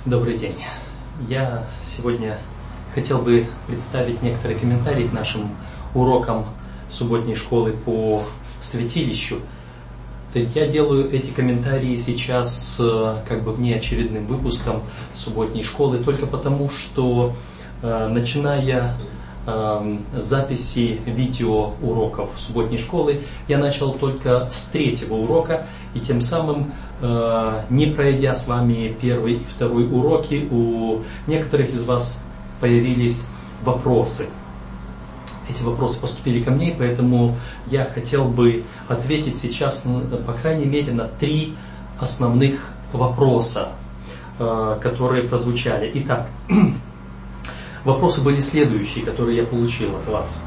Добрый день. Я сегодня хотел бы представить некоторые комментарии к нашим урокам субботней школы по святилищу. Я делаю эти комментарии сейчас как бы внеочередным выпуском субботней школы только потому, что начиная записи видеоуроков субботней школы, я начал только с 3-го урока, и тем самым, не пройдя с вами 1-й и 2-й уроки, у некоторых из вас появились вопросы. Эти вопросы поступили ко мне, поэтому я хотел бы ответить сейчас, по крайней мере, на 3 основных вопроса, которые прозвучали. Итак, вопросы были следующие, которые я получил от вас.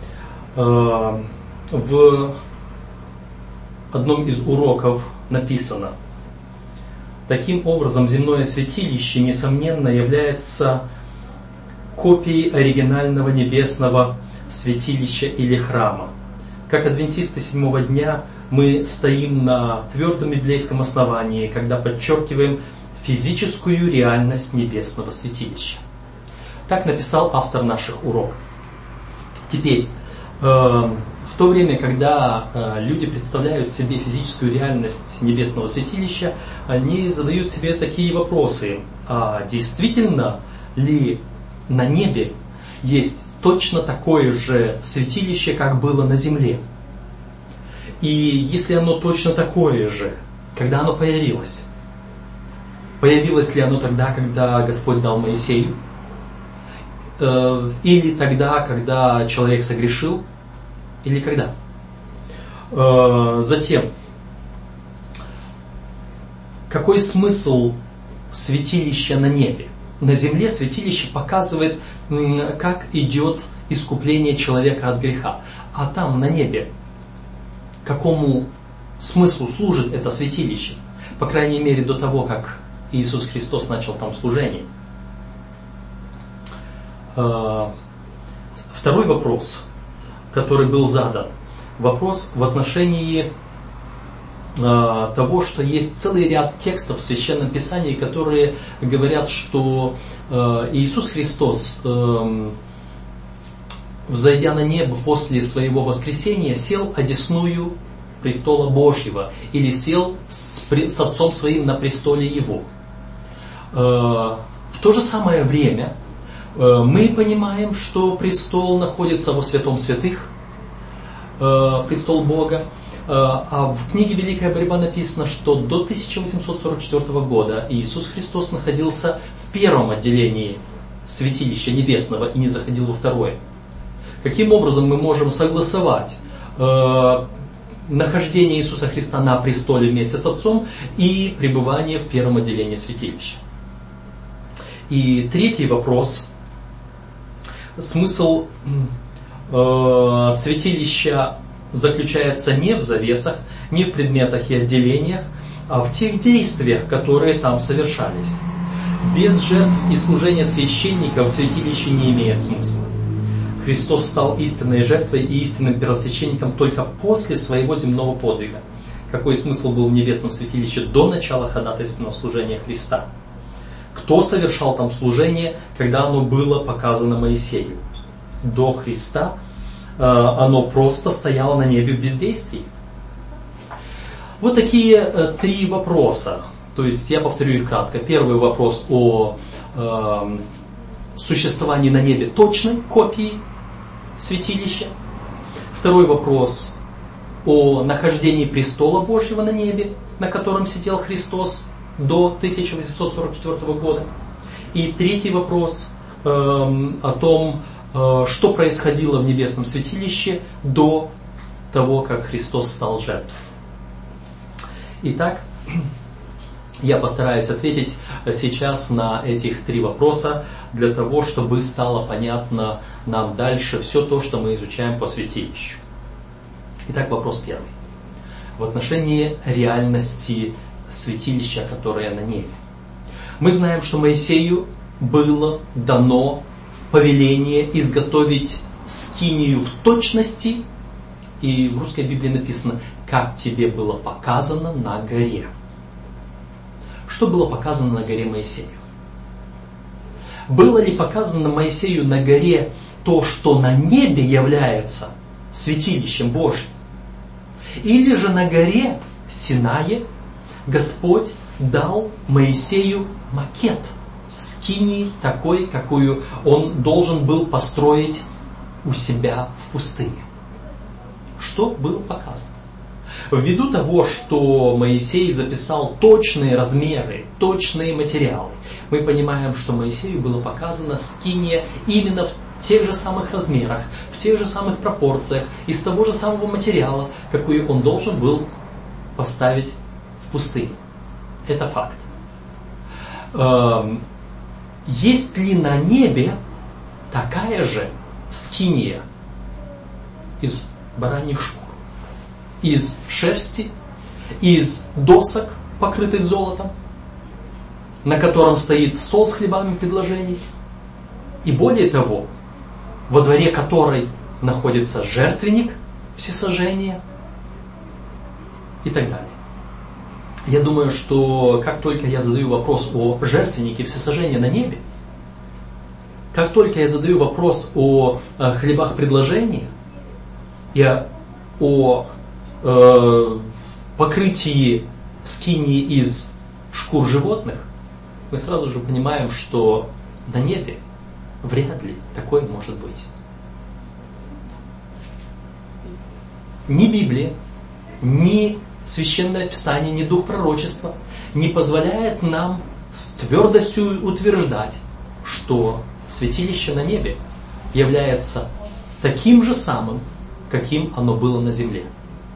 В одном из уроков написано: таким образом, земное святилище, несомненно, является копией оригинального небесного святилища или храма. Как адвентисты 7-го дня мы стоим на твердом библейском основании, когда подчеркиваем физическую реальность небесного святилища. Так написал автор наших уроков. Теперь, в то время, когда люди представляют себе физическую реальность небесного святилища, они задают себе такие вопросы: а действительно ли на небе есть точно такое же святилище, как было на земле? И если оно точно такое же, когда оно появилось? Появилось ли оно тогда, когда Господь дал Моисею? Или тогда, когда человек согрешил? Или когда? Затем, какой смысл святилища на небе? На земле святилище показывает, как идет искупление человека от греха. А там, на небе, какому смыслу служит это святилище? По крайней мере, до того, как Иисус Христос начал там служение. Второй вопрос, который был задан, вопрос в отношении того, что есть целый ряд текстов в Священном Писании, которые говорят, что Иисус Христос, взойдя на небо после своего воскресения, сел одесную престола Божьего или сел с Отцом Своим на престоле Его. В то же самое время мы понимаем, что престол находится во святом святых, престол Бога. А в книге «Великая борьба» написано, что до 1844 года Иисус Христос находился в первом отделении святилища небесного и не заходил во второе. Каким образом мы можем согласовать нахождение Иисуса Христа на престоле вместе с Отцом и пребывание в первом отделении святилища? И третий вопрос. Смысл святилища заключается не в завесах, не в предметах и отделениях, а в тех действиях, которые там совершались. Без жертв и служения священников святилище не имеет смысла. Христос стал истинной жертвой и истинным первосвященником только после своего земного подвига. Какой смысл был в небесном святилище до начала ходатайственного служения Христа? Кто совершал там служение, когда оно было показано Моисею? До Христа оно просто стояло на небе в бездействии. Вот такие 3 вопроса. То есть я повторю их кратко. Первый вопрос о существовании на небе точной копии святилища. Второй вопрос о нахождении престола Божьего на небе, на котором сидел Христос до 1844 года. И третий вопрос о том, что происходило в небесном святилище до того, как Христос стал жертвой. Итак, я постараюсь ответить сейчас на этих 3 вопроса, для того, чтобы стало понятно нам дальше все то, что мы изучаем по святилищу. Итак, вопрос первый. В отношении реальности святилища, которое на небе. Мы знаем, что Моисею было дано повеление изготовить скинию в точности, и в русской Библии написано: как тебе было показано на горе. Что было показано на горе Моисею? было ли показано Моисею на горе то, что на небе является святилищем Божьим? Или же на горе Синае Господь дал Моисею макет скинии такой, какую он должен был построить у себя в пустыне? Что было показано? Ввиду того, что Моисей записал точные размеры, точные материалы, мы понимаем, что Моисею было показано скиния именно в тех же самых размерах, в тех же самых пропорциях, из того же самого материала, какой он должен был поставить в пустыне. Это факт. Есть ли на небе такая же скиния из бараньих шкур, из шерсти, из досок, покрытых золотом, на котором стоит стол с хлебами предложений, и более того, во дворе которой находится жертвенник всесожжения и так далее? Я думаю, что как только я задаю вопрос о жертвеннике всесожжения на небе, как только я задаю вопрос о хлебах предложения и о покрытии скинии из шкур животных, мы сразу же понимаем, что на небе вряд ли такое может быть. Ни Библия, ни Священное Писание, ни Дух пророчества не позволяет нам с твердостью утверждать, что святилище на небе является таким же самым, каким оно было на земле.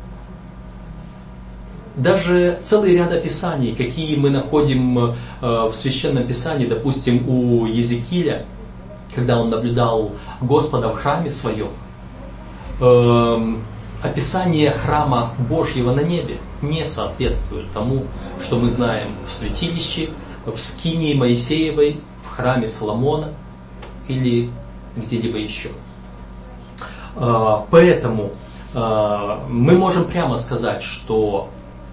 Даже целый ряд описаний, какие мы находим в Священном Писании, допустим, у Иезекииля, когда он наблюдал Господа в храме своем, описание храма Божьего на небе не соответствует тому, что мы знаем в святилище, в скинии Моисеевой, в храме Соломона или где-либо еще. Поэтому мы можем прямо сказать, что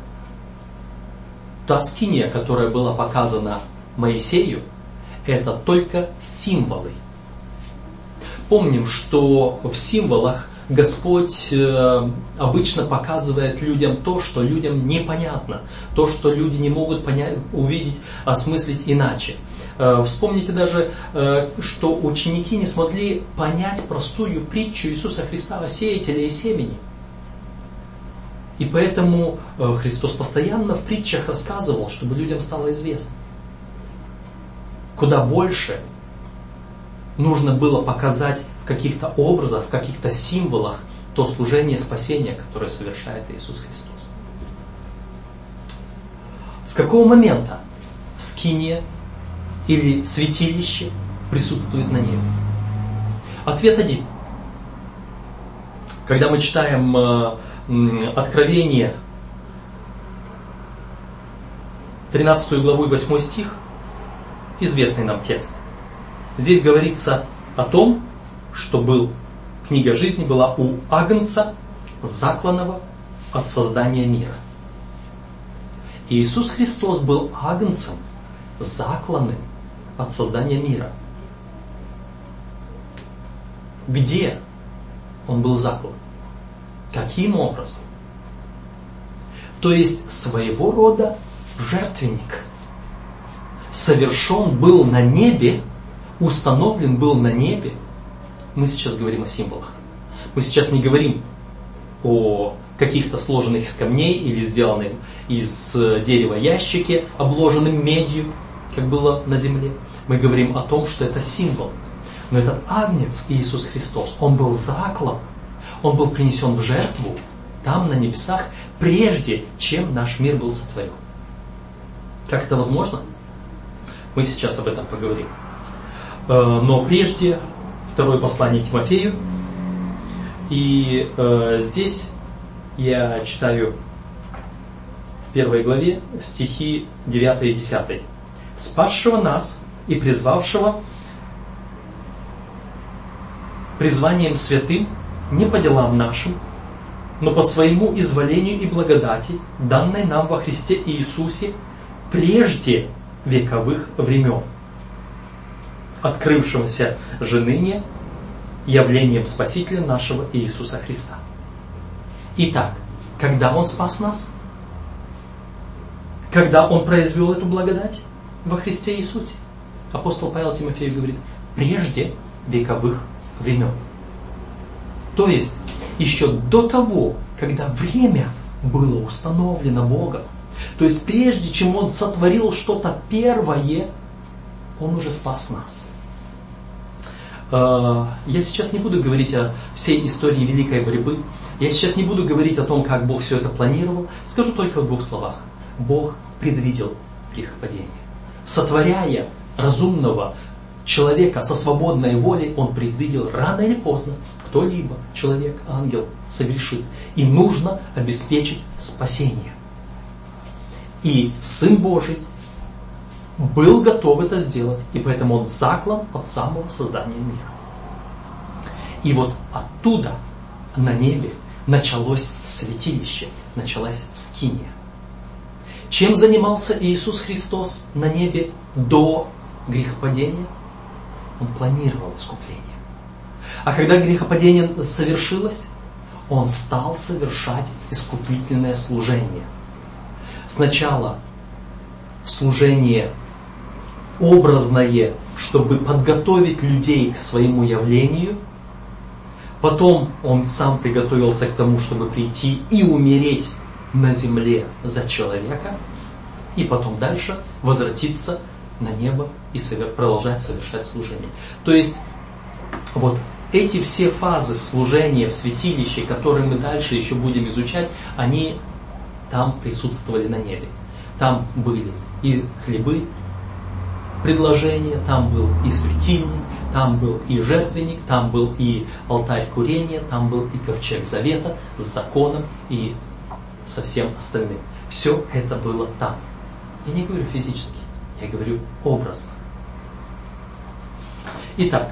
та скиния, которая была показана Моисею, это только символы. Помним, что в символах Господь обычно показывает людям то, что людям непонятно, то, что люди не могут понять, увидеть, осмыслить иначе. Вспомните даже, что ученики не смогли понять простую притчу Иисуса Христа о сеятеле и семени. И поэтому Христос постоянно в притчах рассказывал, чтобы людям стало известно. Куда больше нужно было показать в каких-то образах, в каких-то символах то служение спасения, которое совершает Иисус Христос. С какого момента скиния или святилище присутствует на небе? Ответ один. Когда мы читаем Откровение, 13 главу и 8 стих, известный нам текст. Здесь говорится о том, что книга жизни была у Агнца, закланного от создания мира. И Иисус Христос был Агнцем, закланным от создания мира. Где Он был заклан? Каким образом? То есть своего рода жертвенник совершен был на небе, установлен был на небе. Мы сейчас говорим о символах. Мы сейчас не говорим о каких-то сложенных из камней или сделанных из дерева ящике, обложенным медью, как было на земле. Мы говорим о том, что это символ. Но этот Агнец Иисус Христос, Он был заклан, Он был принесен в жертву там, на небесах, прежде чем наш мир был сотворен. Как это возможно? Мы сейчас об этом поговорим. Но прежде второе послание Тимофею. И здесь я читаю в 1 главе стихи 9 и 10. «Спасшего нас и призвавшего призванием святым не по делам нашим, но по своему изволению и благодати, данной нам во Христе Иисусе прежде вековых времен, открывшегося же ныне явлением Спасителя нашего Иисуса Христа. Итак, когда Он спас нас? Когда Он произвел эту благодать во Христе Иисусе? Апостол Павел Тимофею говорит, прежде вековых времен. То есть, еще до того, когда время было установлено Богом, то есть прежде чем Он сотворил что-то первое, Он уже спас нас. Я сейчас не буду говорить о всей истории великой борьбы. Я сейчас не буду говорить о том, как Бог все это планировал. Скажу только в двух словах. Бог предвидел грехопадение. Сотворяя разумного человека со свободной волей, Он предвидел рано или поздно кто-либо, человек, ангел, согрешит. И нужно обеспечить спасение. И Сын Божий был готов это сделать, и поэтому Он заклан от самого создания мира. И вот оттуда, на небе, началось святилище, началась скиния. Чем занимался Иисус Христос на небе до грехопадения? Он планировал искупление. А когда грехопадение совершилось, Он стал совершать искупительное служение. Сначала служение образное, чтобы подготовить людей к своему явлению. Потом Он сам приготовился к тому, чтобы прийти и умереть на земле за человека. И потом дальше возвратиться на небо и продолжать совершать служение. То есть, вот эти все фазы служения в святилище, которые мы дальше еще будем изучать, они там присутствовали на небе. Там были и хлебы, предложения, там был и светильник, там был и жертвенник, там был и алтарь курения, там был и ковчег завета с законом и со всем остальным. Все это было там. Я не говорю физически, я говорю образно. Итак,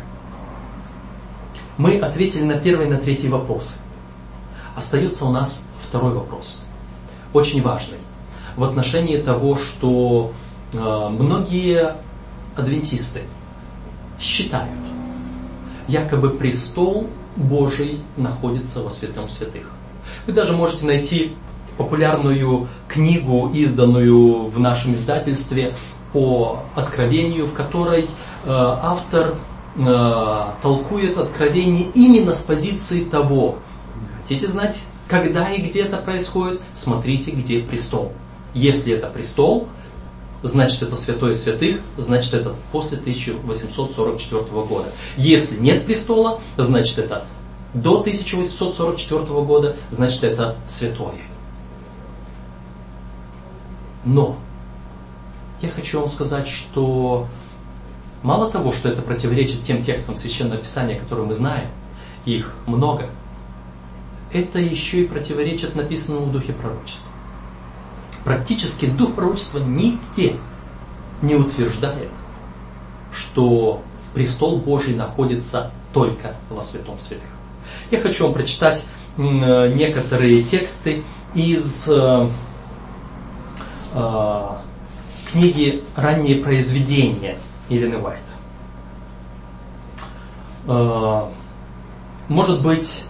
мы ответили на первый и на третий вопросы. Остается у нас второй вопрос, очень важный, в отношении того, что многие адвентисты считают, якобы престол Божий находится во святом святых. Вы даже можете найти популярную книгу, изданную в нашем издательстве по Откровению, в которой автор толкует Откровение именно с позиции того, хотите знать, когда и где это происходит, смотрите, где престол. Если это престол, значит это святое святых, значит это после 1844 года. Если нет престола, значит это до 1844 года, значит это святое. Но я хочу вам сказать, что мало того, что это противоречит тем текстам Священного Писания, которые мы знаем, их много, это еще и противоречит написанному в Духе пророчества. Практически Дух пророчества нигде не утверждает, что престол Божий находится только во святом святых. Я хочу вам прочитать некоторые тексты из книги «Ранние произведения» Елены Уайт. Может быть,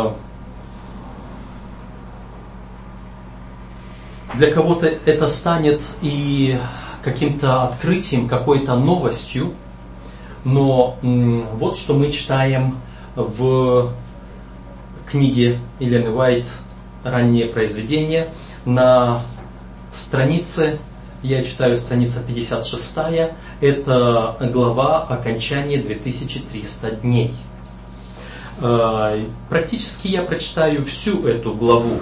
для кого-то это станет и каким-то открытием, какой-то новостью, но вот что мы читаем в книге Елены Уайт «Ранние произведения» на странице, я читаю страница 56, это глава «Окончание 2300 дней». Практически я прочитаю всю эту главу.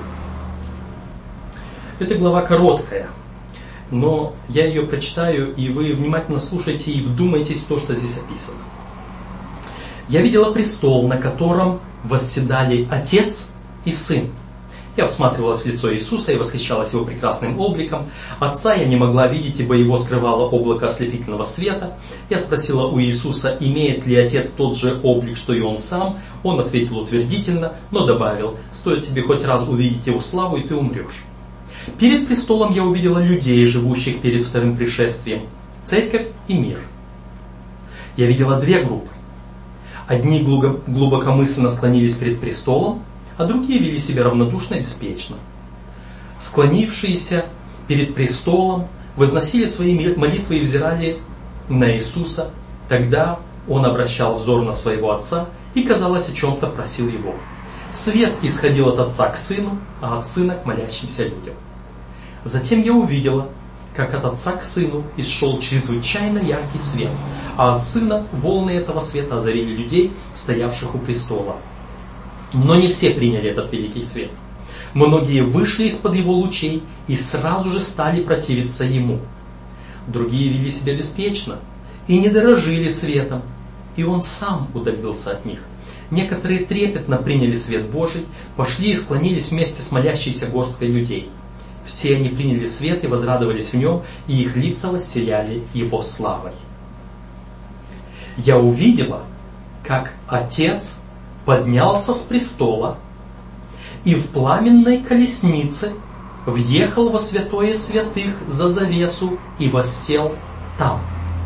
Эта глава короткая, но я ее прочитаю, и вы внимательно слушайте и вдумайтесь в то, что здесь описано. «Я видела престол, на котором восседали Отец и Сын. Я всматривалась в лицо Иисуса и восхищалась Его прекрасным обликом. Отца я не могла видеть, ибо Его скрывало облако ослепительного света. Я спросила у Иисуса, имеет ли Отец тот же облик, что и Он сам. Он ответил утвердительно, но добавил, стоит тебе хоть раз увидеть Его славу, и ты умрешь. Перед престолом я увидела людей, живущих перед вторым пришествием, церковь и мир. я видела две группы. Одни глубокомысленно склонились перед престолом, а другие вели себя равнодушно и беспечно. Склонившиеся перед престолом возносили свои молитвы и взирали на Иисуса. Тогда он обращал взор на своего отца и, казалось, о чем-то просил его. Свет исходил от отца к сыну, а от сына к молящимся людям. Затем я увидела, как от отца к сыну исшел чрезвычайно яркий свет, а от сына волны этого света озарили людей, стоявших у престола. Но не все приняли этот великий свет. Многие вышли из-под его лучей и сразу же стали противиться ему. Другие вели себя беспечно и не дорожили светом, и он сам удалился от них. Некоторые трепетно приняли свет Божий, пошли и склонились вместе с молящейся горсткой людей. Все они приняли свет и возрадовались в нем, и их лица воссияли его славой. Я увидела, как Отец поднялся с престола и в пламенной колеснице въехал во святое святых за завесу и воссел там.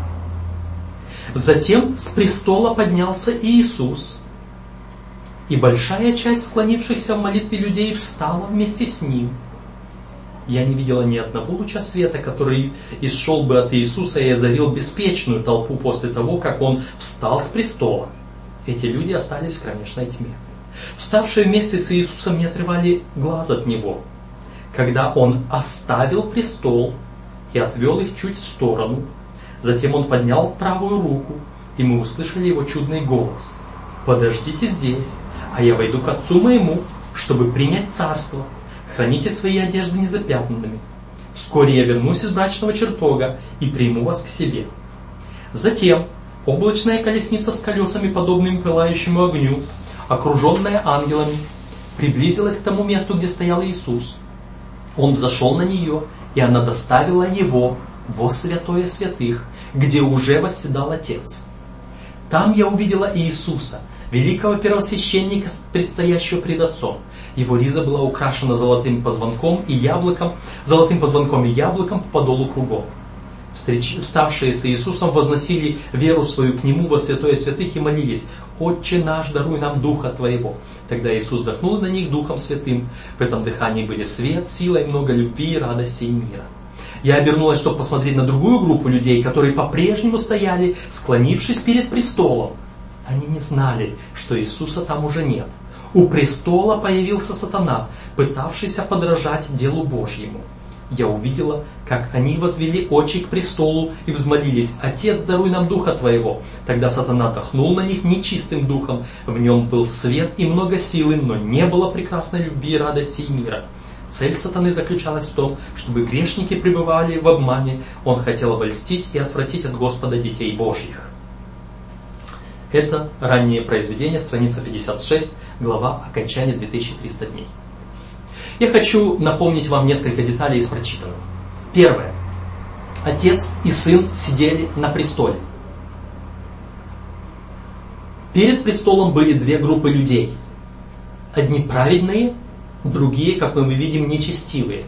Затем с престола поднялся Иисус, и большая часть склонившихся в молитве людей встала вместе с Ним. Я не видела ни одного луча света, который исшел бы от Иисуса и озарил беспечную толпу после того, как Он встал с престола. Эти люди остались в кромешной тьме. Вставшие вместе с Иисусом не отрывали глаз от Него. Когда Он оставил престол и отвел их чуть в сторону, затем Он поднял правую руку, и мы услышали Его чудный голос: «Подождите здесь, а я войду к Отцу моему, чтобы принять царство. Храните свои одежды незапятнанными. Вскоре я вернусь из брачного чертога и приму вас к себе». Затем облачная колесница с колесами, подобными пылающему огню, окруженная ангелами, приблизилась к тому месту, где стоял Иисус. Он взошел на нее, и она доставила его во святое святых, где уже восседал Отец. Там я увидела Иисуса, великого первосвященника, предстоящего пред Отцом. Его риза была украшена золотым позвонком и яблоком по подолу кругом. Вставшие с Иисусом возносили веру свою к Нему во святое святых и молились: «Отче наш, даруй нам Духа Твоего». Тогда Иисус вдохнул на них Духом Святым. В этом дыхании были свет, сила и много любви, радости и мира. Я обернулась, чтобы посмотреть на другую группу людей, которые по-прежнему стояли, склонившись перед престолом. Они не знали, что Иисуса там уже нет. У престола появился сатана, пытавшийся подражать делу Божьему. Я увидела, как они возвели очи к престолу и взмолились: «Отец, даруй нам Духа Твоего». Тогда сатана дохнул на них нечистым духом. В нем был свет и много силы, но не было прекрасной любви, радости и мира. Цель сатаны заключалась в том, чтобы грешники пребывали в обмане. Он хотел обольстить и отвратить от Господа детей Божьих. Это раннее произведение, страница 56, глава «Окончание 2300 дней». Я хочу напомнить вам несколько деталей из прочитанного. Первое. Отец и Сын сидели на престоле. Перед престолом были две группы людей. Одни праведные, другие, как мы видим, нечестивые.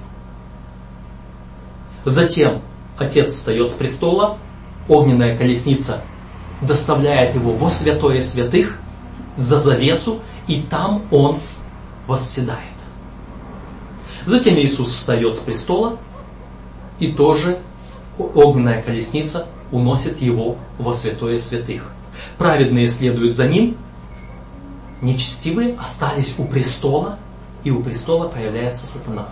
Затем Отец встает с престола, огненная колесница доставляет его во святое святых, за завесу, и там он восседает. Затем Иисус встает с престола, и тоже огненная колесница уносит его во святое святых. Праведные следуют за ним, нечестивые остались у престола, и у престола появляется сатана.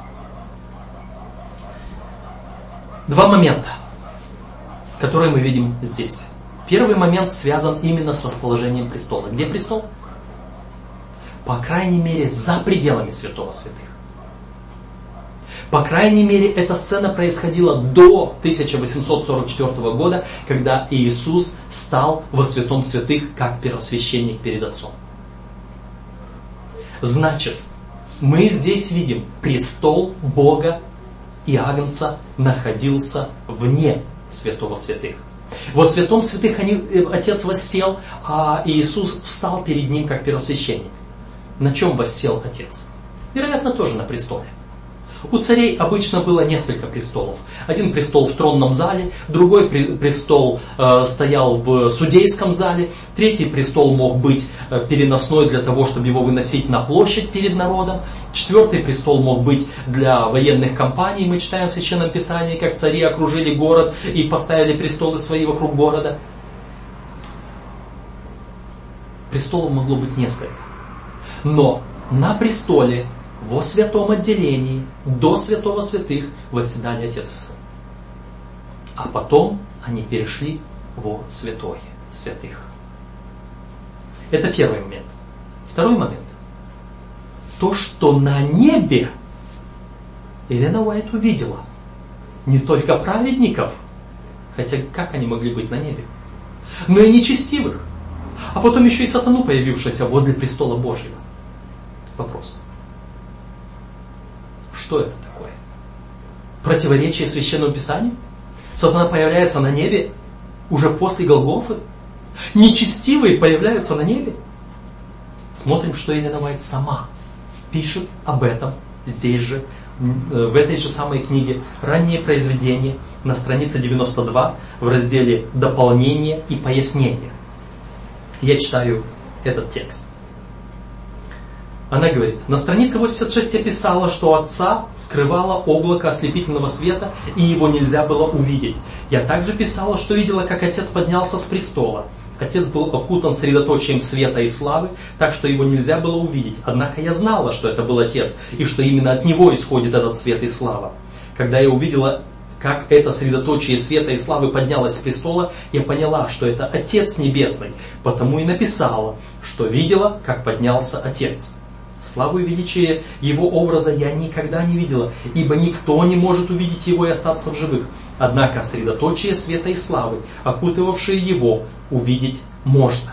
Два момента, которые мы видим здесь. Первый момент связан именно с расположением престола. Где престол? По крайней мере, за пределами святого святых. По крайней мере, эта сцена происходила до 1844 года, когда Иисус стал во святом святых как первосвященник перед Отцом. Значит, мы здесь видим, престол Бога и Агнца находился вне святого святых. Во святом святых Отец воссел, а Иисус встал перед Ним как первосвященник. На чем воссел Отец? Вероятно, тоже на престоле. У царей обычно было несколько престолов. Один престол в тронном зале, другой престол стоял в судейском зале, третий престол мог быть переносной для того, чтобы его выносить на площадь перед народом, четвертый престол мог быть для военных кампаний. Мы читаем в Священном Писании, как цари окружили город и поставили престолы свои вокруг города. Престолов могло быть несколько. Но на престоле, во святом отделении, до святого святых, восседали Отец и Сын. А потом они перешли во святое святых. Это первый момент. Второй момент. То, что на небе Елена Уайт увидела не только праведников, хотя как они могли быть на небе, но и нечестивых, а потом еще и сатану, появившегося возле престола Божьего. Вопрос. Что это такое? Противоречие Священному Писанию? Сатана появляется на небе уже после Голгофы? Нечестивые появляются на небе? Смотрим, что Елена Уайт сама пишет об этом здесь же, в этой же самой книге «Ранние произведения» на странице 92 в разделе «Дополнение и пояснение». Я читаю этот текст. Она говорит: на странице 86 я писала, что Отца скрывало облако ослепительного света, и его нельзя было увидеть. Я также писала, что видела, как Отец поднялся с престола. Отец был окутан средоточием света и славы, так что его нельзя было увидеть. Однако я знала, что это был Отец, и что именно от него исходит этот свет и слава. Когда я увидела, как это средоточие света и славы поднялось с престола, я поняла, что это Отец Небесный, потому и написала, что видела, как поднялся Отец. Славу и величие Его образа я никогда не видела, ибо никто не может увидеть Его и остаться в живых. Однако средоточие света и славы, окутывавшие Его, увидеть можно.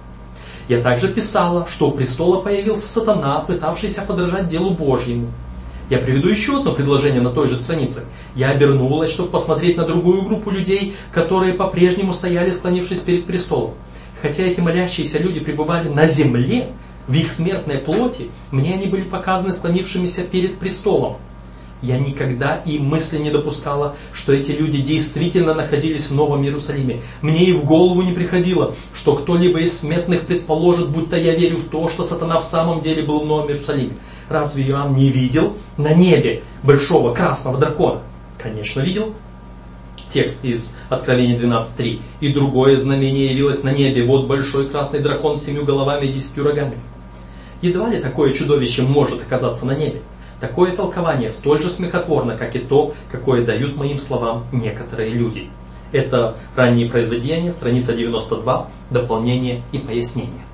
Я также писала, что у престола появился сатана, пытавшийся подражать делу Божьему. Я приведу еще одно предложение на той же странице. Я обернулась, чтобы посмотреть на другую группу людей, которые по-прежнему стояли, склонившись перед престолом. Хотя эти молящиеся люди пребывали на земле, в их смертной плоти, мне они были показаны склонившимися перед престолом. Я никогда и мысли не допускала, что эти люди действительно находились в Новом Иерусалиме. Мне и в голову не приходило, что кто-либо из смертных предположит, будто я верю в то, что сатана в самом деле был в Новом Иерусалиме. Разве Иоанн не видел на небе большого красного дракона? Конечно, видел. Текст из Откровения 12.3. «И другое знамение явилось на небе, вот большой красный дракон с 7 головами и 10 рогами». Едва ли такое чудовище может оказаться на небе. Такое толкование столь же смехотворно, как и то, какое дают моим словам некоторые люди. Это ранние произведения, страница 92, дополнение и пояснение.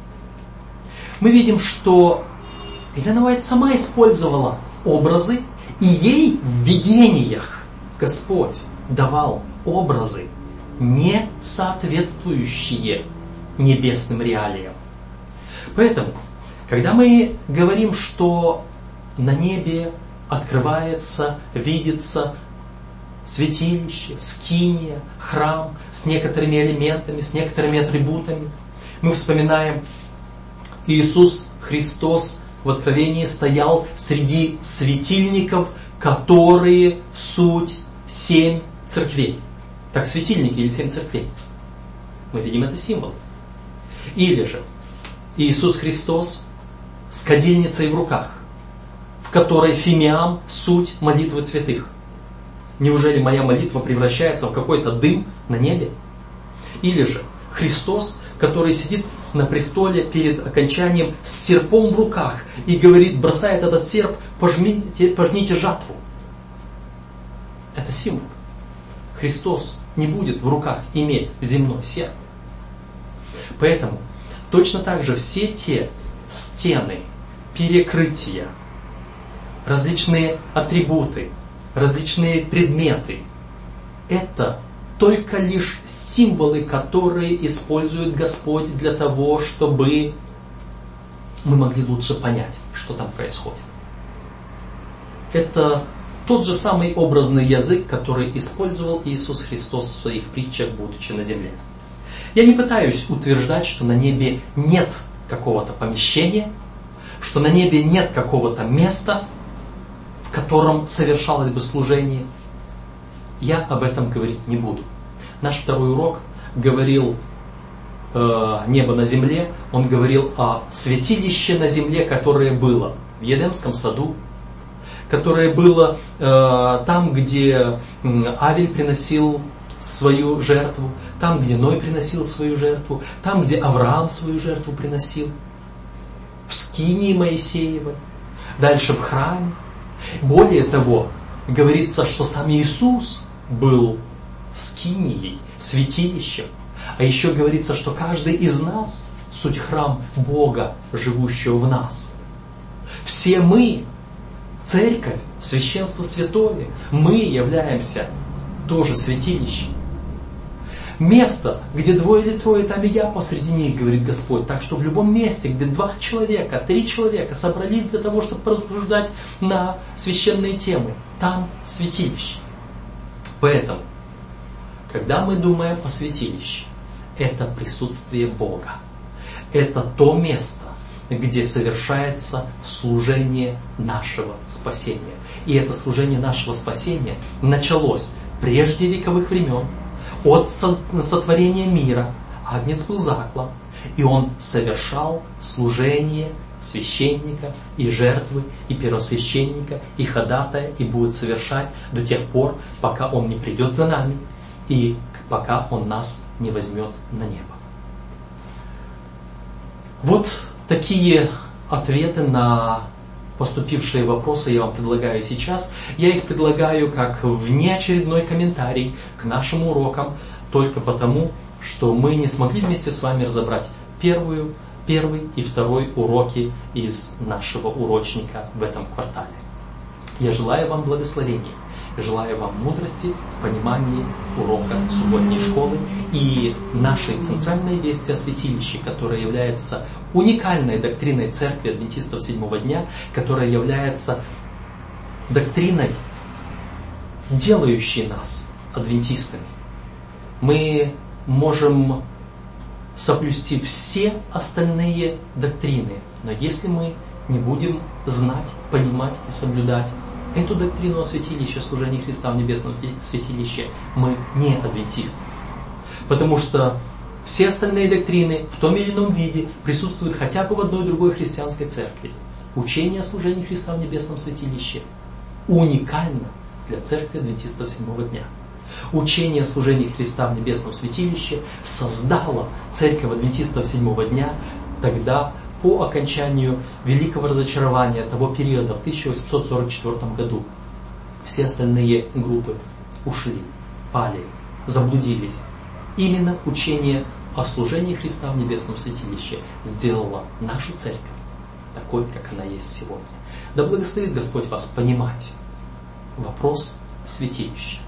Мы видим, что Елена Уайт сама использовала образы, и ей в видениях Господь давал образы, не соответствующие небесным реалиям. Поэтому, когда мы говорим, что на небе открывается, видится святилище, скиния, храм с некоторыми элементами, с некоторыми атрибутами, мы вспоминаем, Иисус Христос в Откровении стоял среди светильников, которые суть 7 церквей. Так, светильники или 7 церквей. Мы видим, это символ. Или же Иисус Христос с кадильницей в руках, в которой фимиам суть молитвы святых. Неужели моя молитва превращается в какой-то дым на небе? Или же Христос, который сидит на престоле перед окончанием с серпом в руках и говорит, бросает этот серп, пожмите жатву. Это символ. Христос не будет в руках иметь земной серп. Поэтому точно так же все те стены, перекрытия, различные атрибуты, различные предметы, это только лишь символы, которые использует Господь для того, чтобы мы могли лучше понять, что там происходит. Это тот же самый образный язык, который использовал Иисус Христос в своих притчах, будучи на земле. Я не пытаюсь утверждать, что на небе нет какого-то помещения, что на небе нет какого-то места, в в котором совершалось бы служение, я об этом говорить не буду. Наш второй урок говорил небо на земле, он говорил о святилище на земле, которое было в Едемском саду, которое было там, где Авель приносил свою жертву, там, где Ной приносил свою жертву, там, где Авраам свою жертву приносил, в скинии Моисеевой, дальше в храме. Более того, говорится, что сам Иисус был скинией, святилищем. А еще говорится, что каждый из нас суть храм Бога, живущего в нас. Все мы, церковь, священство святое, мы являемся тоже святилищем. Место, где 2 или 3, там и я посреди них, говорит Господь. Так что в любом месте, где 2 человека, 3 человека собрались для того, чтобы порассуждать на священные темы, там святилище. Поэтому, когда мы думаем о святилище, это присутствие Бога. Это то место, где совершается служение нашего спасения. И это служение нашего спасения началось прежде вековых времен, от сотворения мира. Агнец был заклан, и он совершал служение священника и жертвы, и первосвященника, и ходатая, и будет совершать до тех пор, пока он не придет за нами, и пока он нас не возьмет на небо. Вот такие ответы на поступившие вопросы я вам предлагаю сейчас. Я их предлагаю как внеочередной комментарий к нашим урокам, только потому, что мы не смогли вместе с вами разобрать первый и второй уроки из нашего урочника в этом квартале. Я желаю вам благословений, желаю вам мудрости в понимании урока субботней школы и нашей центральной вести о святилище, которая является уникальной доктриной Церкви Адвентистов Седьмого дня, которая является доктриной, делающей нас адвентистами. Мы можем соблюсти все остальные доктрины, но если мы не будем знать, понимать и соблюдать эту доктрину о святилище, служении Христа в небесном святилище, мы не адвентисты. Потому что все остальные доктрины в том или ином виде присутствуют хотя бы в одной другой христианской церкви. Учение о служении Христа в небесном святилище уникально для Церкви Адвентистов Седьмого дня. Учение о служении Христа в небесном святилище создало Церковь Адвентистов Седьмого дня тогда, по окончанию великого разочарования того периода в 1844 году. Все остальные группы ушли, пали, заблудились. Именно учение о служении Христа в небесном святилище сделало нашу церковь такой, как она есть сегодня. Да благословит Господь вас понимать вопрос святилища.